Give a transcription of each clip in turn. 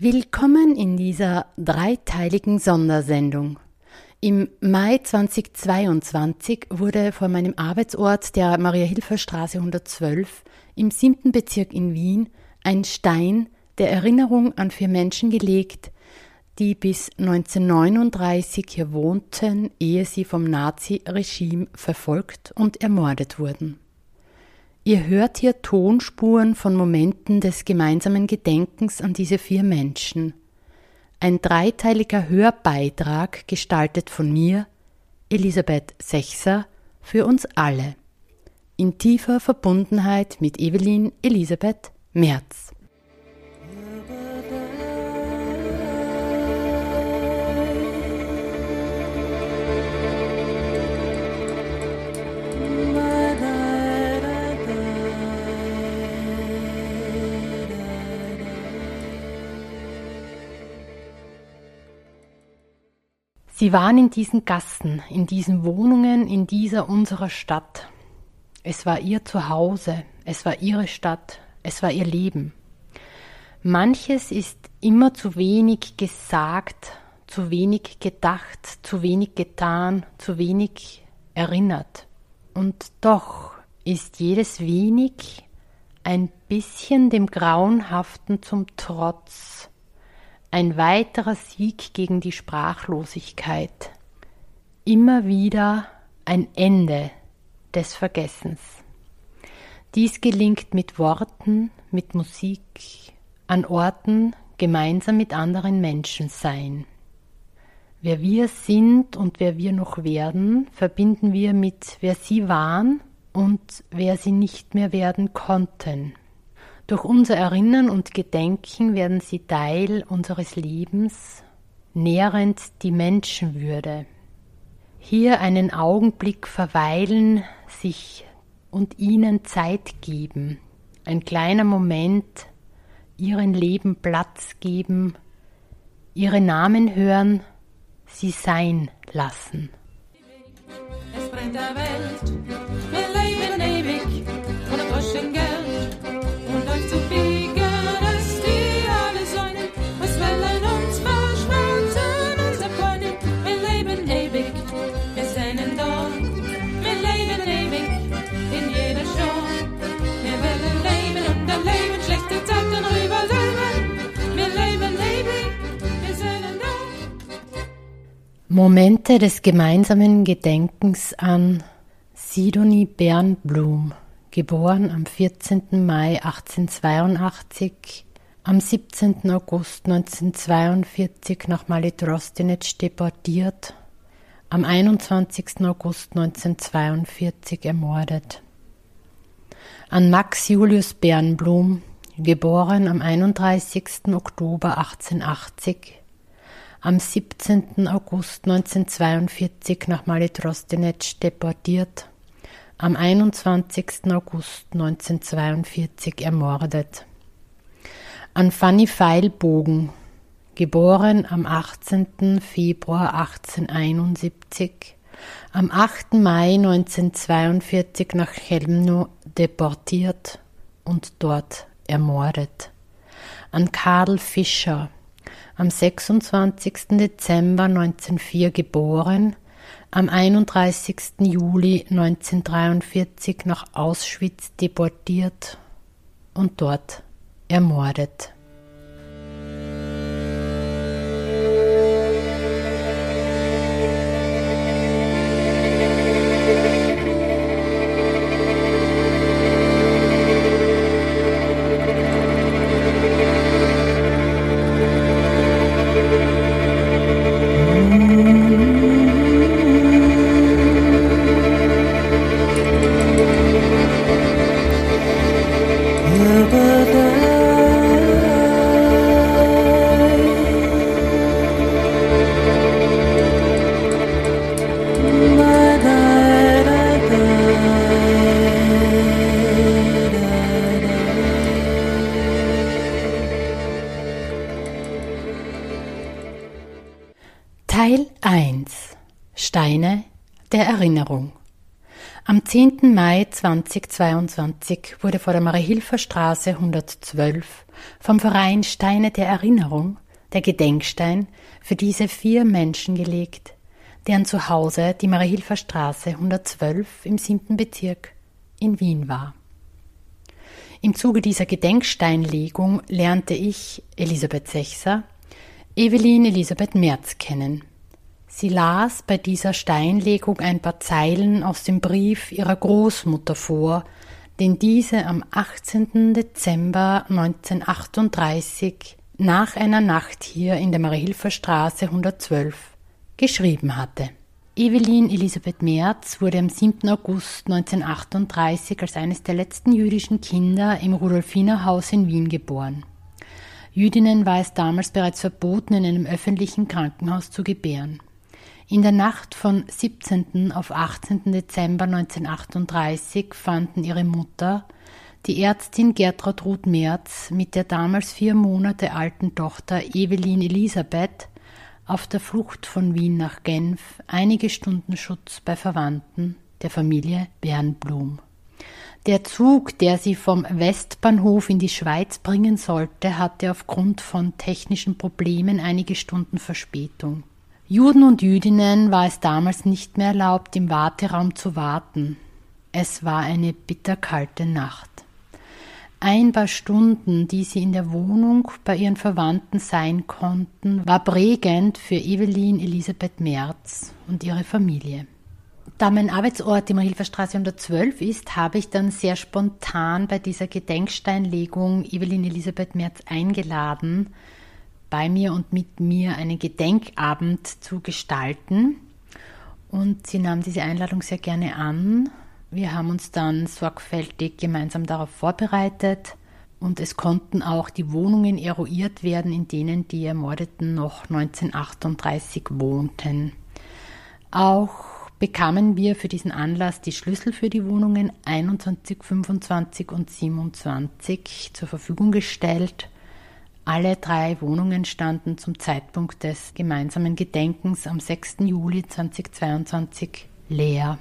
Willkommen in dieser dreiteiligen Sondersendung. Im Mai 2022 wurde vor meinem Arbeitsort der Maria-Hilfer-Straße 112 im 7. Bezirk in Wien ein Stein der Erinnerung an 4 Menschen gelegt, die bis 1939 hier wohnten, ehe sie vom Nazi-Regime verfolgt und ermordet wurden. Ihr hört hier Tonspuren von Momenten des gemeinsamen Gedenkens an diese 4 Menschen. Ein dreiteiliger Hörbeitrag, gestaltet von mir, Elisabeth Sechser, für uns alle. In tiefer Verbundenheit mit Evelyn Elisabeth Merz. Sie waren in diesen Gassen, in diesen Wohnungen, in dieser unserer Stadt. Es war ihr Zuhause, es war ihre Stadt, es war ihr Leben. Manches ist immer zu wenig gesagt, zu wenig gedacht, zu wenig getan, zu wenig erinnert. Und doch ist jedes wenig ein bisschen dem Grauenhaften zum Trotz. Ein weiterer Sieg gegen die Sprachlosigkeit. Immer wieder ein Ende des Vergessens. Dies gelingt mit Worten, mit Musik, an Orten gemeinsam mit anderen Menschen sein. Wer wir sind und wer wir noch werden, verbinden wir mit wer sie waren und wer sie nicht mehr werden konnten. Durch unser Erinnern und Gedenken werden sie Teil unseres Lebens, nährend die Menschenwürde. Hier einen Augenblick verweilen, sich und ihnen Zeit geben, ein kleiner Moment, ihren Leben Platz geben, ihre Namen hören, sie sein lassen. Es brennt der Welt, wir leben ewig, ohne Groschen Geld. Und euch zu biegen ist die alle Säulen, was Wellen uns verschmelzen, unser Freunde. Wir leben ewig, wir sehnen dort. Wir leben ewig, in jeder Show. Wir wollen leben und erleben, schlechte Zeiten rüberleben. Wir leben ewig, wir sehnen dort. Momente des gemeinsamen Gedenkens an Sidonie Bernblum, geboren am 14. Mai 1882, am 17. August 1942 nach Malý deportiert, am 21. August 1942 ermordet. An Max Julius Bernblum, geboren am 31. Oktober 1880, am 17. August 1942 nach Malý deportiert, am 21. August 1942 ermordet. An Fanny Feilbogen, geboren am 18. Februar 1871, am 8. Mai 1942 nach Chełmno deportiert und dort ermordet. An Karl Fischer, am 26. Dezember 1904 geboren, am 31. Juli 1943 nach Auschwitz deportiert und dort ermordet. Teil 1 Steine der Erinnerung. Am 10. Mai 2022 wurde vor der Marie-Hilfer-Straße 112 vom Verein Steine der Erinnerung der Gedenkstein für diese 4 Menschen gelegt, deren Zuhause die Marie-Hilfer-Straße 112 im 7. Bezirk in Wien war. Im Zuge dieser Gedenksteinlegung lernte ich Elisabeth Sechser, Evelyn Elisabeth Merz kennen. Sie las bei dieser Steinlegung ein paar Zeilen aus dem Brief ihrer Großmutter vor, den diese am 18. Dezember 1938 nach einer Nacht hier in der Marie-Hilfer-Straße 112 geschrieben hatte. Evelyn Elisabeth Merz wurde am 7. August 1938 als eines der letzten jüdischen Kinder im Rudolfinerhaus in Wien geboren. Jüdinnen war es damals bereits verboten, in einem öffentlichen Krankenhaus zu gebären. In der Nacht von 17. auf 18. Dezember 1938 fanden ihre Mutter, die Ärztin Gertrud Ruth Merz, mit der damals 4 Monate alten Tochter Evelyn Elisabeth auf der Flucht von Wien nach Genf einige Stunden Schutz bei Verwandten der Familie Bernblum. Der Zug, der sie vom Westbahnhof in die Schweiz bringen sollte, hatte aufgrund von technischen Problemen einige Stunden Verspätung. Juden und Jüdinnen war es damals nicht mehr erlaubt, im Warteraum zu warten. Es war eine bitterkalte Nacht. Ein paar Stunden, die sie in der Wohnung bei ihren Verwandten sein konnten, war prägend für Evelyn Elisabeth Merz und ihre Familie. Da mein Arbeitsort die Marie-Hilfer-Straße 112 ist, habe ich dann sehr spontan bei dieser Gedenksteinlegung Evelyn Elisabeth Merz eingeladen, bei mir und mit mir einen Gedenkabend zu gestalten. Und sie nahm diese Einladung sehr gerne an. Wir haben uns dann sorgfältig gemeinsam darauf vorbereitet und es konnten auch die Wohnungen eruiert werden, in denen die Ermordeten noch 1938 wohnten. Auch bekamen wir für diesen Anlass die Schlüssel für die Wohnungen 21, 25 und 27 zur Verfügung gestellt. Alle 3 Wohnungen standen zum Zeitpunkt des gemeinsamen Gedenkens am 6. Juli 2022 leer.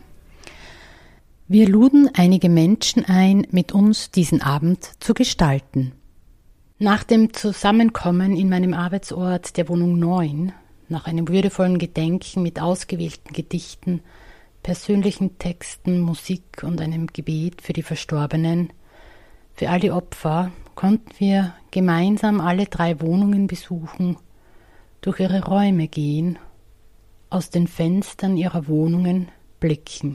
Wir luden einige Menschen ein, mit uns diesen Abend zu gestalten. Nach dem Zusammenkommen in meinem Arbeitsort der Wohnung 9, nach einem würdevollen Gedenken mit ausgewählten Gedichten, persönlichen Texten, Musik und einem Gebet für die Verstorbenen, für all die Opfer, konnten wir gemeinsam alle 3 Wohnungen besuchen, durch ihre Räume gehen, aus den Fenstern ihrer Wohnungen blicken.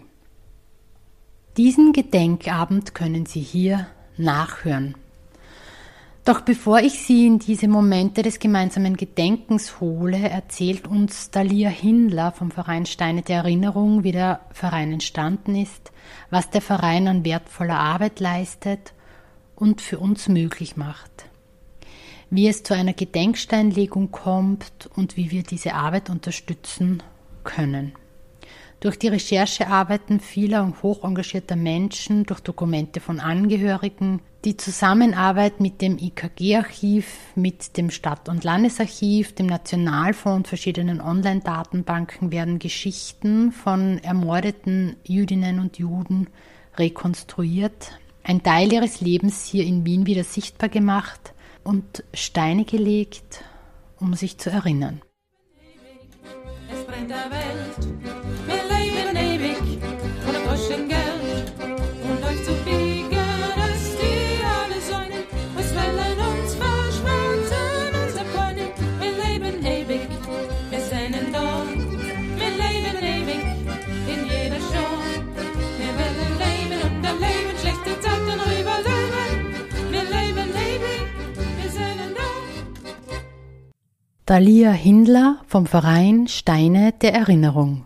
Diesen Gedenkabend können Sie hier nachhören. Doch bevor ich Sie in diese Momente des gemeinsamen Gedenkens hole, erzählt uns Dalia Hindler vom Verein Steine der Erinnerung, wie der Verein entstanden ist, was der Verein an wertvoller Arbeit leistet und für uns möglich macht, wie es zu einer Gedenksteinlegung kommt und wie wir diese Arbeit unterstützen können. Durch die Recherchearbeiten vieler und hoch engagierter Menschen, durch Dokumente von Angehörigen, die Zusammenarbeit mit dem IKG-Archiv, mit dem Stadt- und Landesarchiv, dem Nationalfonds und verschiedenen Online-Datenbanken werden Geschichten von ermordeten Jüdinnen und Juden rekonstruiert, ein Teil ihres Lebens hier in Wien wieder sichtbar gemacht und Steine gelegt, um sich zu erinnern. Es brennt der Welt, wir leben ewig, ohne Groschen Geld und euch zu biegen, dass die alle säunen, was wollen uns verschmerzen, unser Freunde, wir leben ewig, wir sind da, wir leben ewig, in jeder Show, wir wollen leben und erleben, schlechte Zeiten rüberleben, wir leben ewig, wir sind da. Dalia Hindler vom Verein Steine der Erinnerung.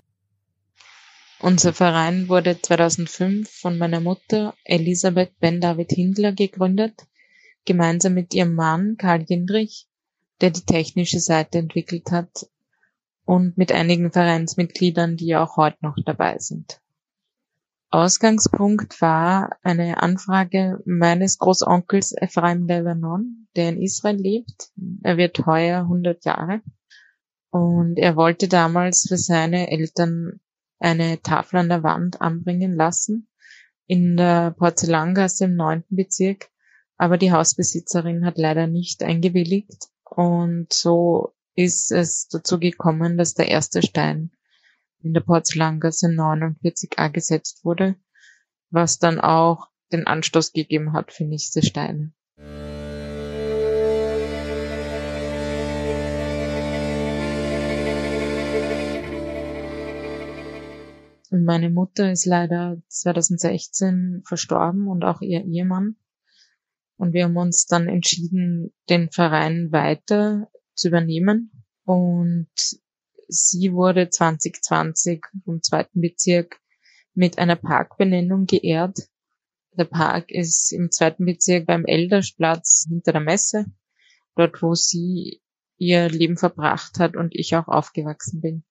Unser Verein wurde 2005 von meiner Mutter Elisabeth Ben-David Hindler gegründet, gemeinsam mit ihrem Mann Karl Jindrich, der die technische Seite entwickelt hat, und mit einigen Vereinsmitgliedern, die auch heute noch dabei sind. Ausgangspunkt war eine Anfrage meines Großonkels Ephraim Lebanon, der in Israel lebt. Er wird heuer 100 Jahre und er wollte damals für seine Eltern eine Tafel an der Wand anbringen lassen in der Porzellangasse im 9. Bezirk, aber die Hausbesitzerin hat leider nicht eingewilligt und so ist es dazu gekommen, dass der erste Stein in der Porzellangasse 49a gesetzt wurde, was dann auch den Anstoß gegeben hat für nächste Steine. Und meine Mutter ist leider 2016 verstorben und auch ihr Ehemann. Und wir haben uns dann entschieden, den Verein weiter zu übernehmen. Und sie wurde 2020 vom 2. Bezirk mit einer Parkbenennung geehrt. Der Park ist im 2. Bezirk beim Eldersplatz hinter der Messe, dort wo sie ihr Leben verbracht hat und ich auch aufgewachsen bin.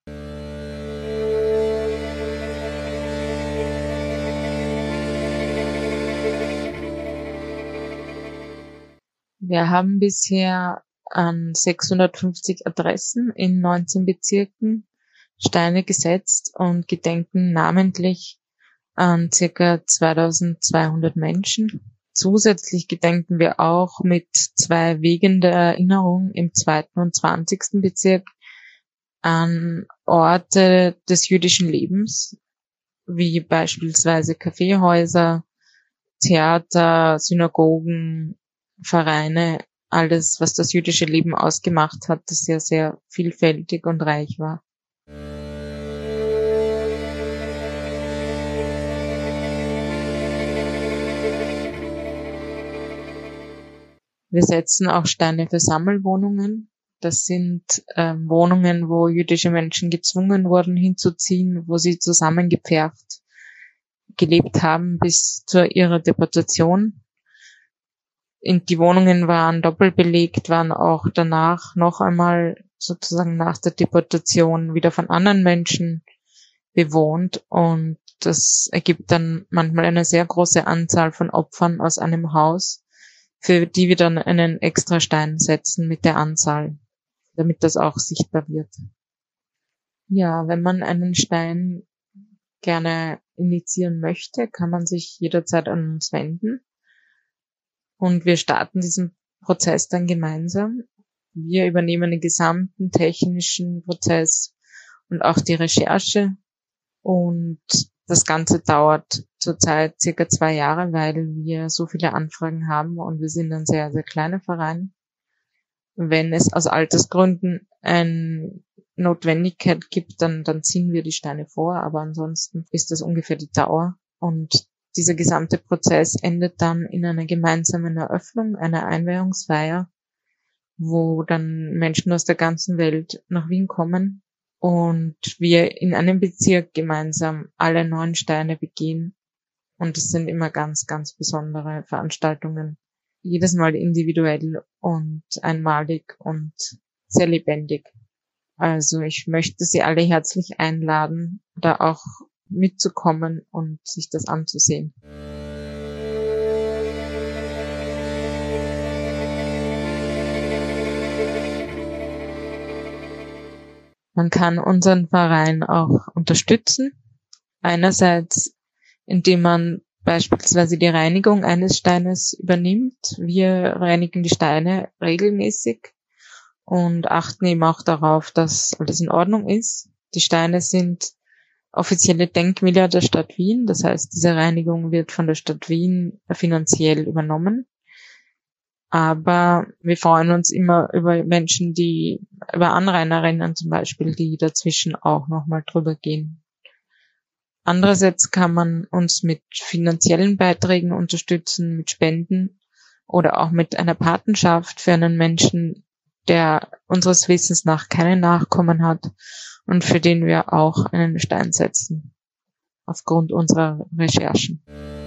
Wir haben bisher an 650 Adressen in 19 Bezirken Steine gesetzt und gedenken namentlich an ca. 2200 Menschen. Zusätzlich gedenken wir auch mit 2 Wegen der Erinnerung im 2. und 20. Bezirk an Orte des jüdischen Lebens, wie beispielsweise Kaffeehäuser, Theater, Synagogen, Vereine, alles, was das jüdische Leben ausgemacht hat, das sehr, sehr vielfältig und reich war. Wir setzen auch Steine für Sammelwohnungen. Das sind Wohnungen, wo jüdische Menschen gezwungen wurden hinzuziehen, wo sie zusammengepfercht gelebt haben bis zu ihrer Deportation. Die Wohnungen waren doppelt belegt, waren auch danach noch einmal sozusagen nach der Deportation wieder von anderen Menschen bewohnt und das ergibt dann manchmal eine sehr große Anzahl von Opfern aus einem Haus, für die wir dann einen extra Stein setzen mit der Anzahl, damit das auch sichtbar wird. Ja, wenn man einen Stein gerne initiieren möchte, kann man sich jederzeit an uns wenden. Und wir starten diesen Prozess dann gemeinsam. Wir übernehmen den gesamten technischen Prozess und auch die Recherche. Und das Ganze dauert zurzeit circa 2 Jahre, weil wir so viele Anfragen haben und wir sind ein sehr, sehr kleiner Verein. Wenn es aus Altersgründen eine Notwendigkeit gibt, dann ziehen wir die Steine vor, aber ansonsten ist das ungefähr die Dauer. Und dieser gesamte Prozess endet dann in einer gemeinsamen Eröffnung, einer Einweihungsfeier, wo dann Menschen aus der ganzen Welt nach Wien kommen und wir in einem Bezirk gemeinsam alle 9 Steine begehen. Und es sind immer ganz, ganz besondere Veranstaltungen. Jedes Mal individuell und einmalig und sehr lebendig. Also ich möchte Sie alle herzlich einladen, da auch mitzukommen und sich das anzusehen. Man kann unseren Verein auch unterstützen. Einerseits, indem man beispielsweise die Reinigung eines Steines übernimmt. Wir reinigen die Steine regelmäßig und achten eben auch darauf, dass alles in Ordnung ist. Die Steine sind offizielle Denkmäler der Stadt Wien. Das heißt, diese Reinigung wird von der Stadt Wien finanziell übernommen. Aber wir freuen uns immer über Menschen, über Anrainerinnen zum Beispiel, die dazwischen auch nochmal drüber gehen. Andererseits kann man uns mit finanziellen Beiträgen unterstützen, mit Spenden oder auch mit einer Patenschaft für einen Menschen, der unseres Wissens nach keine Nachkommen hat und für den wir auch einen Stein setzen, aufgrund unserer Recherchen.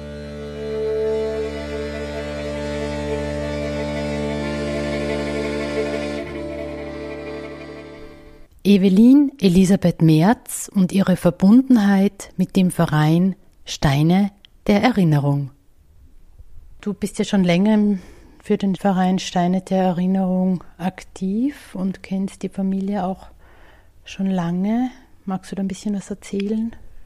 Evelyn Elisabeth Merz und ihre Verbundenheit mit dem Verein Steine der Erinnerung. Du bist ja schon länger für den Verein Steine der Erinnerung aktiv und kennst die Familie auch schon lange. Magst du da ein bisschen was erzählen?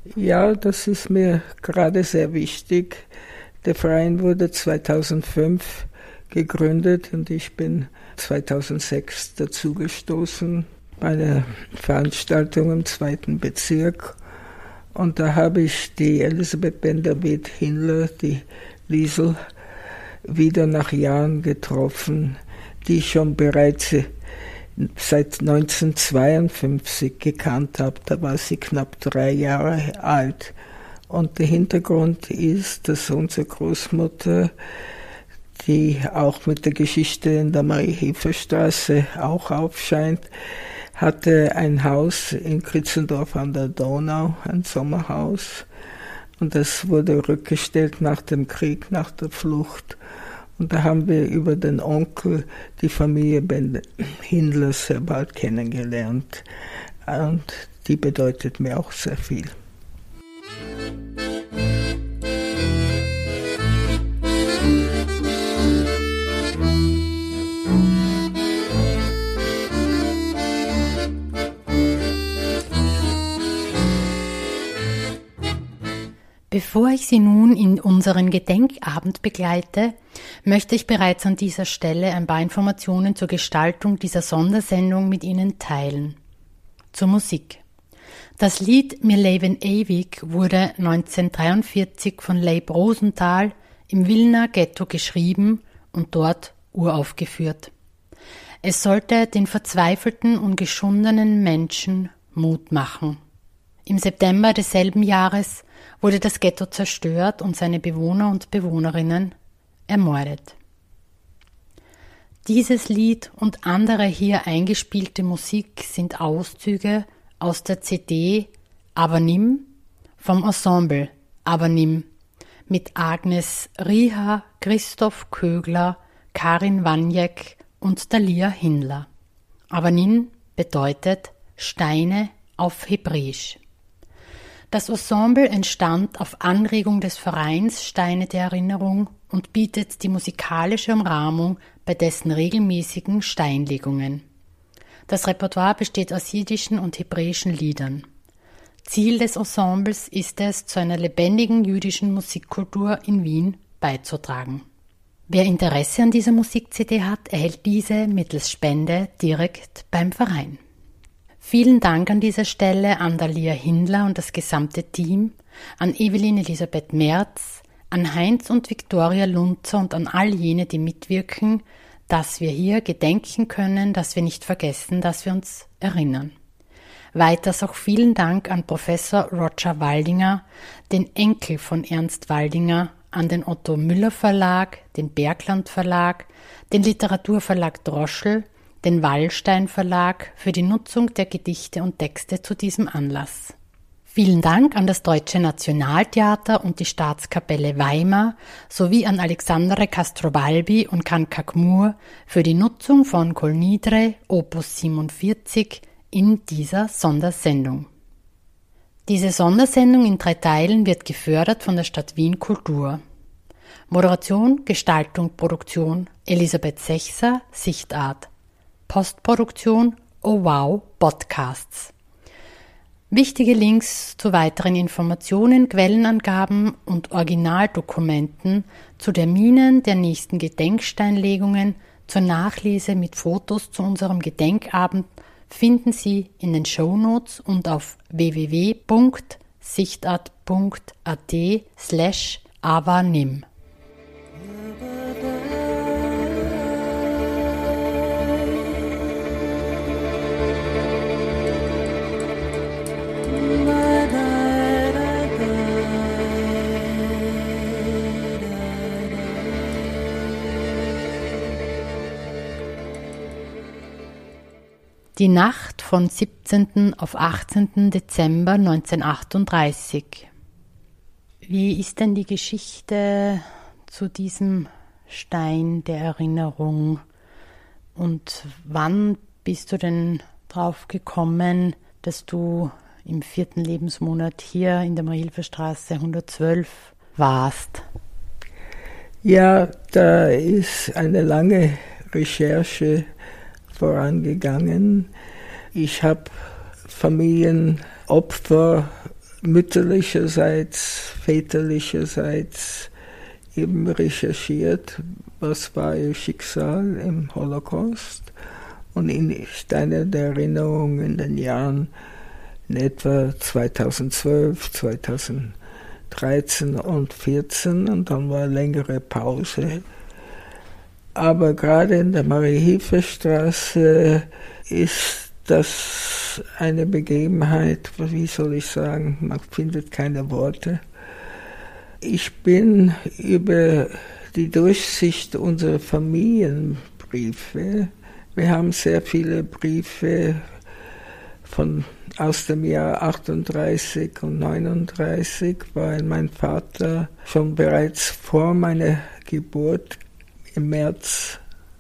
Ja, das ist mir gerade sehr wichtig. Der Verein wurde 2005 gegründet und ich bin 2006 dazugestoßen bei einer Veranstaltung im 2. Bezirk. Und da habe ich die Elisabeth Bendavid-Hindler, die Liesl, wieder nach Jahren getroffen, die ich schon bereits seit 1952 gekannt habe. Da war sie knapp 3 Jahre alt. Und der Hintergrund ist, dass unsere Großmutter, die auch mit der Geschichte in der Marie-Hilfer-Straße auch aufscheint, hatte ein Haus in Kritzendorf an der Donau, ein Sommerhaus. Und das wurde rückgestellt nach dem Krieg, nach der Flucht. Und da haben wir über den Onkel die Familie Hindler sehr bald kennengelernt. Und die bedeutet mir auch sehr viel. Bevor ich Sie nun in unseren Gedenkabend begleite, möchte ich bereits an dieser Stelle ein paar Informationen zur Gestaltung dieser Sondersendung mit Ihnen teilen. Zur Musik. Das Lied Mir leven ewig wurde 1943 von Leib Rosenthal im Wilner Ghetto geschrieben und dort uraufgeführt. Es sollte den verzweifelten und geschundenen Menschen Mut machen. Im September desselben Jahres wurde das Ghetto zerstört und seine Bewohner und Bewohnerinnen ermordet. Dieses Lied und andere hier eingespielte Musik sind Auszüge aus der CD Aber nimm vom Ensemble Aber nimm mit Agnes Rieher, Christoph Kögler, Karin Waniek und Dalia Hindler. Aber nimm bedeutet Steine auf Hebräisch. Das Ensemble entstand auf Anregung des Vereins Steine der Erinnerung und bietet die musikalische Umrahmung bei dessen regelmäßigen Steinlegungen. Das Repertoire besteht aus jiddischen und hebräischen Liedern. Ziel des Ensembles ist es, zu einer lebendigen jüdischen Musikkultur in Wien beizutragen. Wer Interesse an dieser Musik-CD hat, erhält diese mittels Spende direkt beim Verein. Vielen Dank an dieser Stelle an Dalia Hindler und das gesamte Team, an Evelyn Elisabeth Merz, an Heinz und Viktoria Lunzer und an all jene, die mitwirken, dass wir hier gedenken können, dass wir nicht vergessen, dass wir uns erinnern. Weiters auch vielen Dank an Professor Roger Waldinger, den Enkel von Ernst Waldinger, an den Otto Müller Verlag, den Bergland Verlag, den Literaturverlag Droschel, den Wallstein Verlag für die Nutzung der Gedichte und Texte zu diesem Anlass. Vielen Dank an das Deutsche Nationaltheater und die Staatskapelle Weimar sowie an Alexandre Castrobalbi und Kanka Gmur für die Nutzung von Kol Nidre Opus 47 in dieser Sondersendung. Diese Sondersendung in 3 Teilen wird gefördert von der Stadt Wien Kultur. Moderation, Gestaltung, Produktion Elisabeth Sechser, Sichtart. Postproduktion Oh Wow Podcasts. Wichtige Links zu weiteren Informationen, Quellenangaben und Originaldokumenten zu Terminen der nächsten Gedenksteinlegungen, zur Nachlese mit Fotos zu unserem Gedenkabend finden Sie in den Shownotes und auf www.sichtart.at/avanim. Die Nacht von 17. auf 18. Dezember 1938. Wie ist denn die Geschichte zu diesem Stein der Erinnerung? Und wann bist du denn drauf gekommen, dass du im 4. Lebensmonat hier in der Marie-Hilfer-Straße 112 warst? Ja, da ist eine lange Recherche vorangegangen. Ich habe Familienopfer mütterlicherseits, väterlicherseits eben recherchiert, was war ihr Schicksal im Holocaust. Und ist eine der Erinnerungen in den Jahren in etwa 2012, 2013 und 2014 und dann war eine längere Pause. Aber gerade in der Marie-Hilfer-Straße ist das eine Begebenheit, wie soll ich sagen, man findet keine Worte. Ich bin über die Durchsicht unserer Familienbriefe, wir haben sehr viele Briefe aus dem Jahr 38 und 39, weil mein Vater schon bereits vor meiner Geburt im März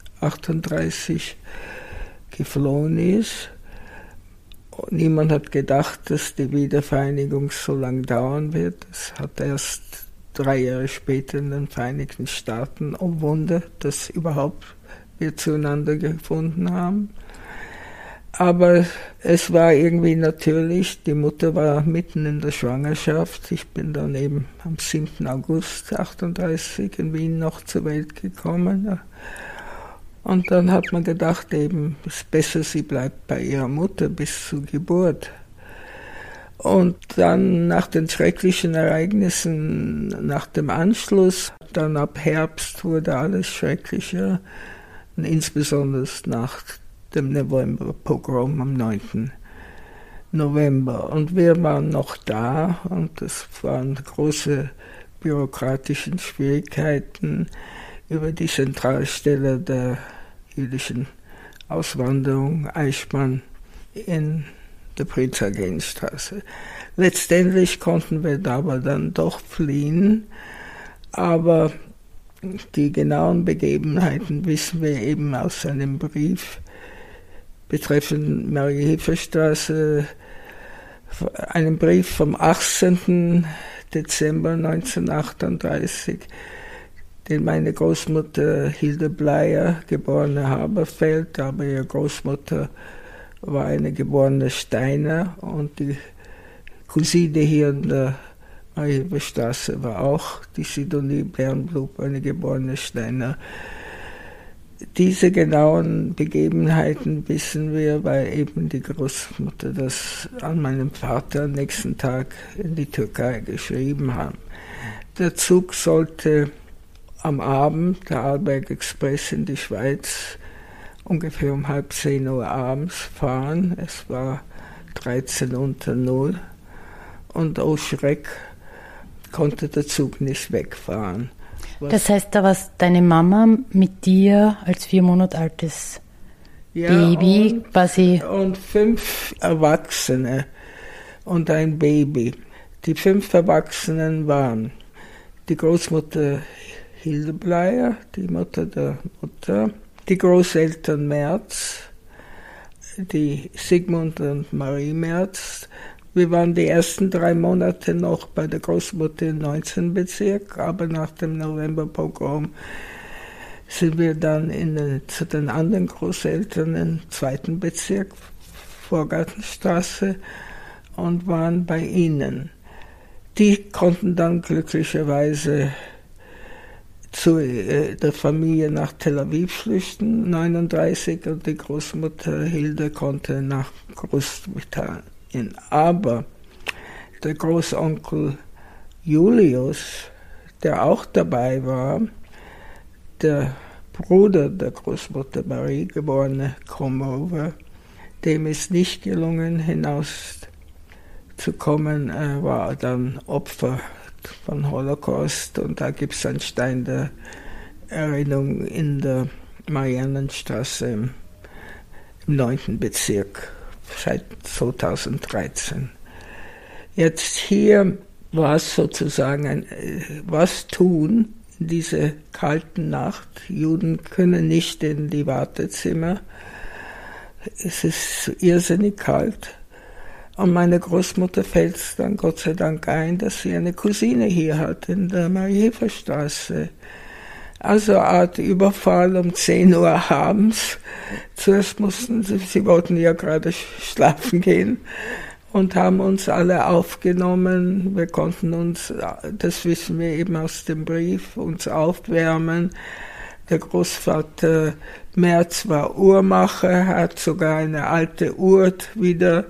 38 geflohen ist. Niemand hat gedacht, dass die Wiedervereinigung so lange dauern wird. Es hat erst 3 Jahre später in den Vereinigten Staaten, oh Wunder, dass überhaupt wir zueinander gefunden haben. Aber es war irgendwie natürlich, die Mutter war mitten in der Schwangerschaft. Ich bin dann eben am 7. August 38 in Wien noch zur Welt gekommen. Und dann hat man gedacht, eben, es ist besser, sie bleibt bei ihrer Mutter bis zur Geburt. Und dann nach den schrecklichen Ereignissen, nach dem Anschluss, dann ab Herbst wurde alles schrecklicher, und insbesondere nach dem November-Pogrom am 9. November. Und wir waren noch da und es waren große bürokratische Schwierigkeiten über die Zentralstelle der jüdischen Auswanderung, Eichmann, in der Prinz-Eugen-Straße. Letztendlich konnten wir da aber dann doch fliehen, aber die genauen Begebenheiten wissen wir eben aus einem Brief betreffend Marie-Hilfer-Straße, einem Brief vom 18. Dezember 1938, den meine Großmutter Hilde Bleier, geborene Haberfeld, aber ihre Großmutter war eine geborene Steiner und die Cousine hier in der Marie-Hilfer-Straße war auch die Sidonie Bernblub, eine geborene Steiner. Diese genauen Begebenheiten wissen wir, weil eben die Großmutter das an meinem Vater am nächsten Tag in die Türkei geschrieben haben. Der Zug sollte am Abend, der Arlberg Express in die Schweiz, ungefähr um 9:30 Uhr abends fahren. Es war 13 unter 0 und oh Schreck, konnte der Zug nicht wegfahren. Das heißt, da war deine Mama mit dir als 4 Monate altes Baby quasi. Und 5 Erwachsene und ein Baby. Die 5 Erwachsenen waren die Großmutter Hilde Bleier, die Mutter der Mutter, die Großeltern Merz, die Sigmund und Marie Merz. Wir waren die ersten 3 Monate noch bei der Großmutter im 19. Bezirk, aber nach dem Novemberpogrom sind wir dann zu den anderen Großeltern im 2. Bezirk, Vorgartenstraße, und waren bei ihnen. Die konnten dann glücklicherweise zu der Familie nach Tel Aviv flüchten, 1939, und die Großmutter Hilde konnte nach Großbritannien. Aber der Großonkel Julius, der auch dabei war, der Bruder der Großmutter Marie, geborene Kromover, dem ist nicht gelungen, hinauszukommen. Er war dann Opfer von Holocaust und da gibt es einen Stein der Erinnerung in der Mariannenstraße im 9. Bezirk. Seit 2013. Jetzt hier war es sozusagen was tun in dieser kalten Nacht. Juden können nicht in die Wartezimmer. Es ist irrsinnig kalt. Und meine Großmutter fällt es dann Gott sei Dank ein, dass sie eine Cousine hier hat in der Marie-Hilfer-Straße. Also eine Art Überfall um 10 Uhr abends. Zuerst mussten sie wollten ja gerade schlafen gehen und haben uns alle aufgenommen. Wir konnten uns, das wissen wir eben aus dem Brief, uns aufwärmen. Der Großvater Merz war Uhrmacher, hat sogar eine alte Uhr wieder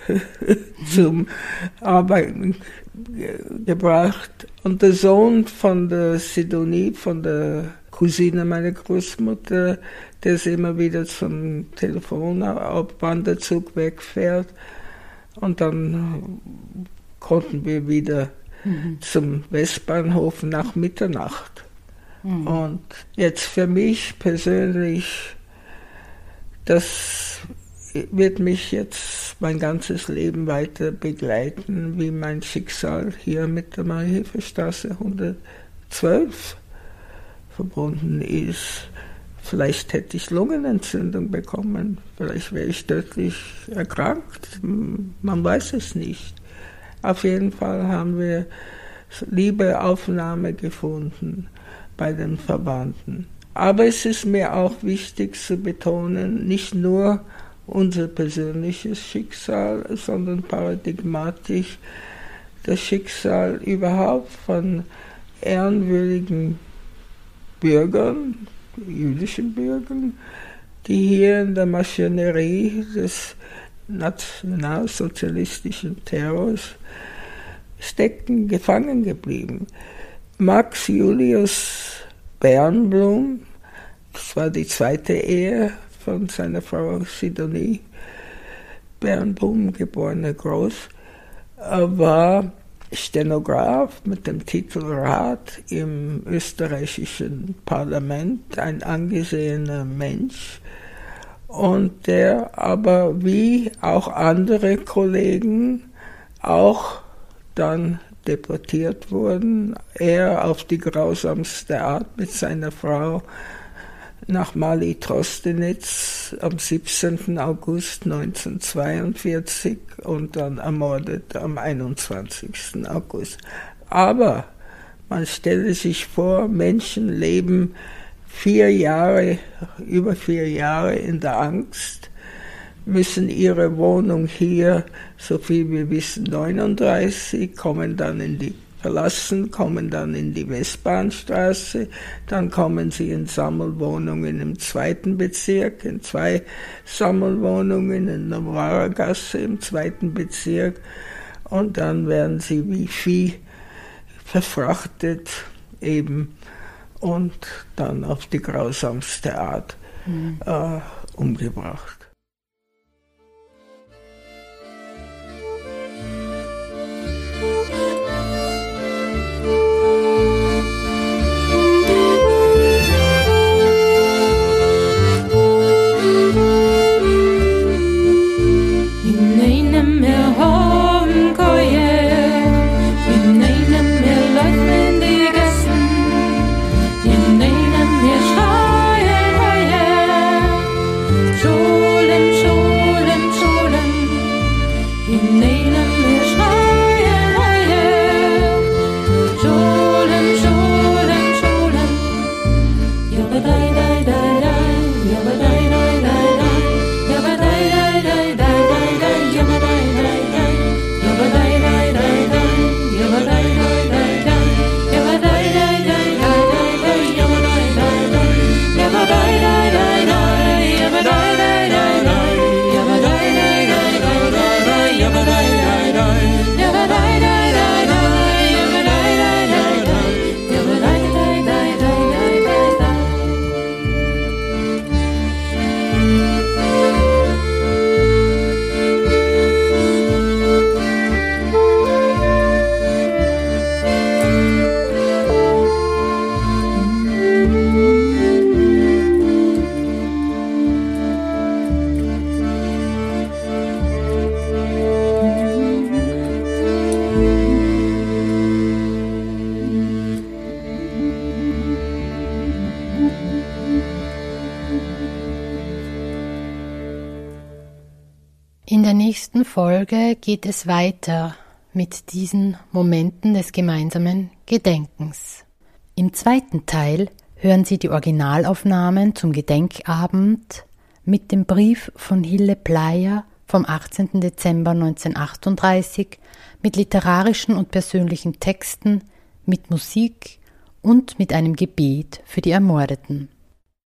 zum Arbeiten gebracht. Und der Sohn von der Sidonie, von der Cousine meiner Großmutter, der ist immer wieder zum Telefonwanderzug wegfährt. Und dann konnten wir wieder zum Westbahnhof nach Mitternacht. Und jetzt für mich persönlich, das wird mich jetzt mein ganzes Leben weiter begleiten, wie mein Schicksal hier mit der Marie-Hilfer-Straße 112 verbunden ist. Vielleicht hätte ich Lungenentzündung bekommen, vielleicht wäre ich tödlich erkrankt, man weiß es nicht. Auf jeden Fall haben wir liebe Aufnahme gefunden bei den Verwandten. Aber es ist mir auch wichtig zu betonen, nicht nur unser persönliches Schicksal, sondern paradigmatisch das Schicksal überhaupt von ehrenwürdigen Bürgern, jüdischen Bürgern, die hier in der Maschinerie des nationalsozialistischen Terrors steckten, gefangen geblieben. Max Julius Bernblum, das war die zweite Ehe von seiner Frau Sidonie Bernblum, geborene Groß, war Stenograf mit dem Titel Rat im österreichischen Parlament, ein angesehener Mensch, und der aber wie auch andere Kollegen auch dann deportiert wurden. Er auf die grausamste Art mit seiner Frau nach Mali-Trostenitz am 17. August 1942 und dann ermordet am 21. August. Aber man stelle sich vor, Menschen leben über 4 Jahre in der Angst, müssen ihre Wohnung hier, so viel wir wissen, 39, kommen dann in die Westbahnstraße, dann kommen sie in Sammelwohnungen im 2. Bezirk, in 2 Sammelwohnungen in der Novaragasse im 2. Bezirk, und dann werden sie wie Vieh verfrachtet eben und dann auf die grausamste Art umgebracht. In der nächsten Folge geht es weiter mit diesen Momenten des gemeinsamen Gedenkens. Im zweiten Teil hören Sie die Originalaufnahmen zum Gedenkabend mit dem Brief von Hille Bleier vom 18. Dezember 1938 mit literarischen und persönlichen Texten, mit Musik und mit einem Gebet für die Ermordeten.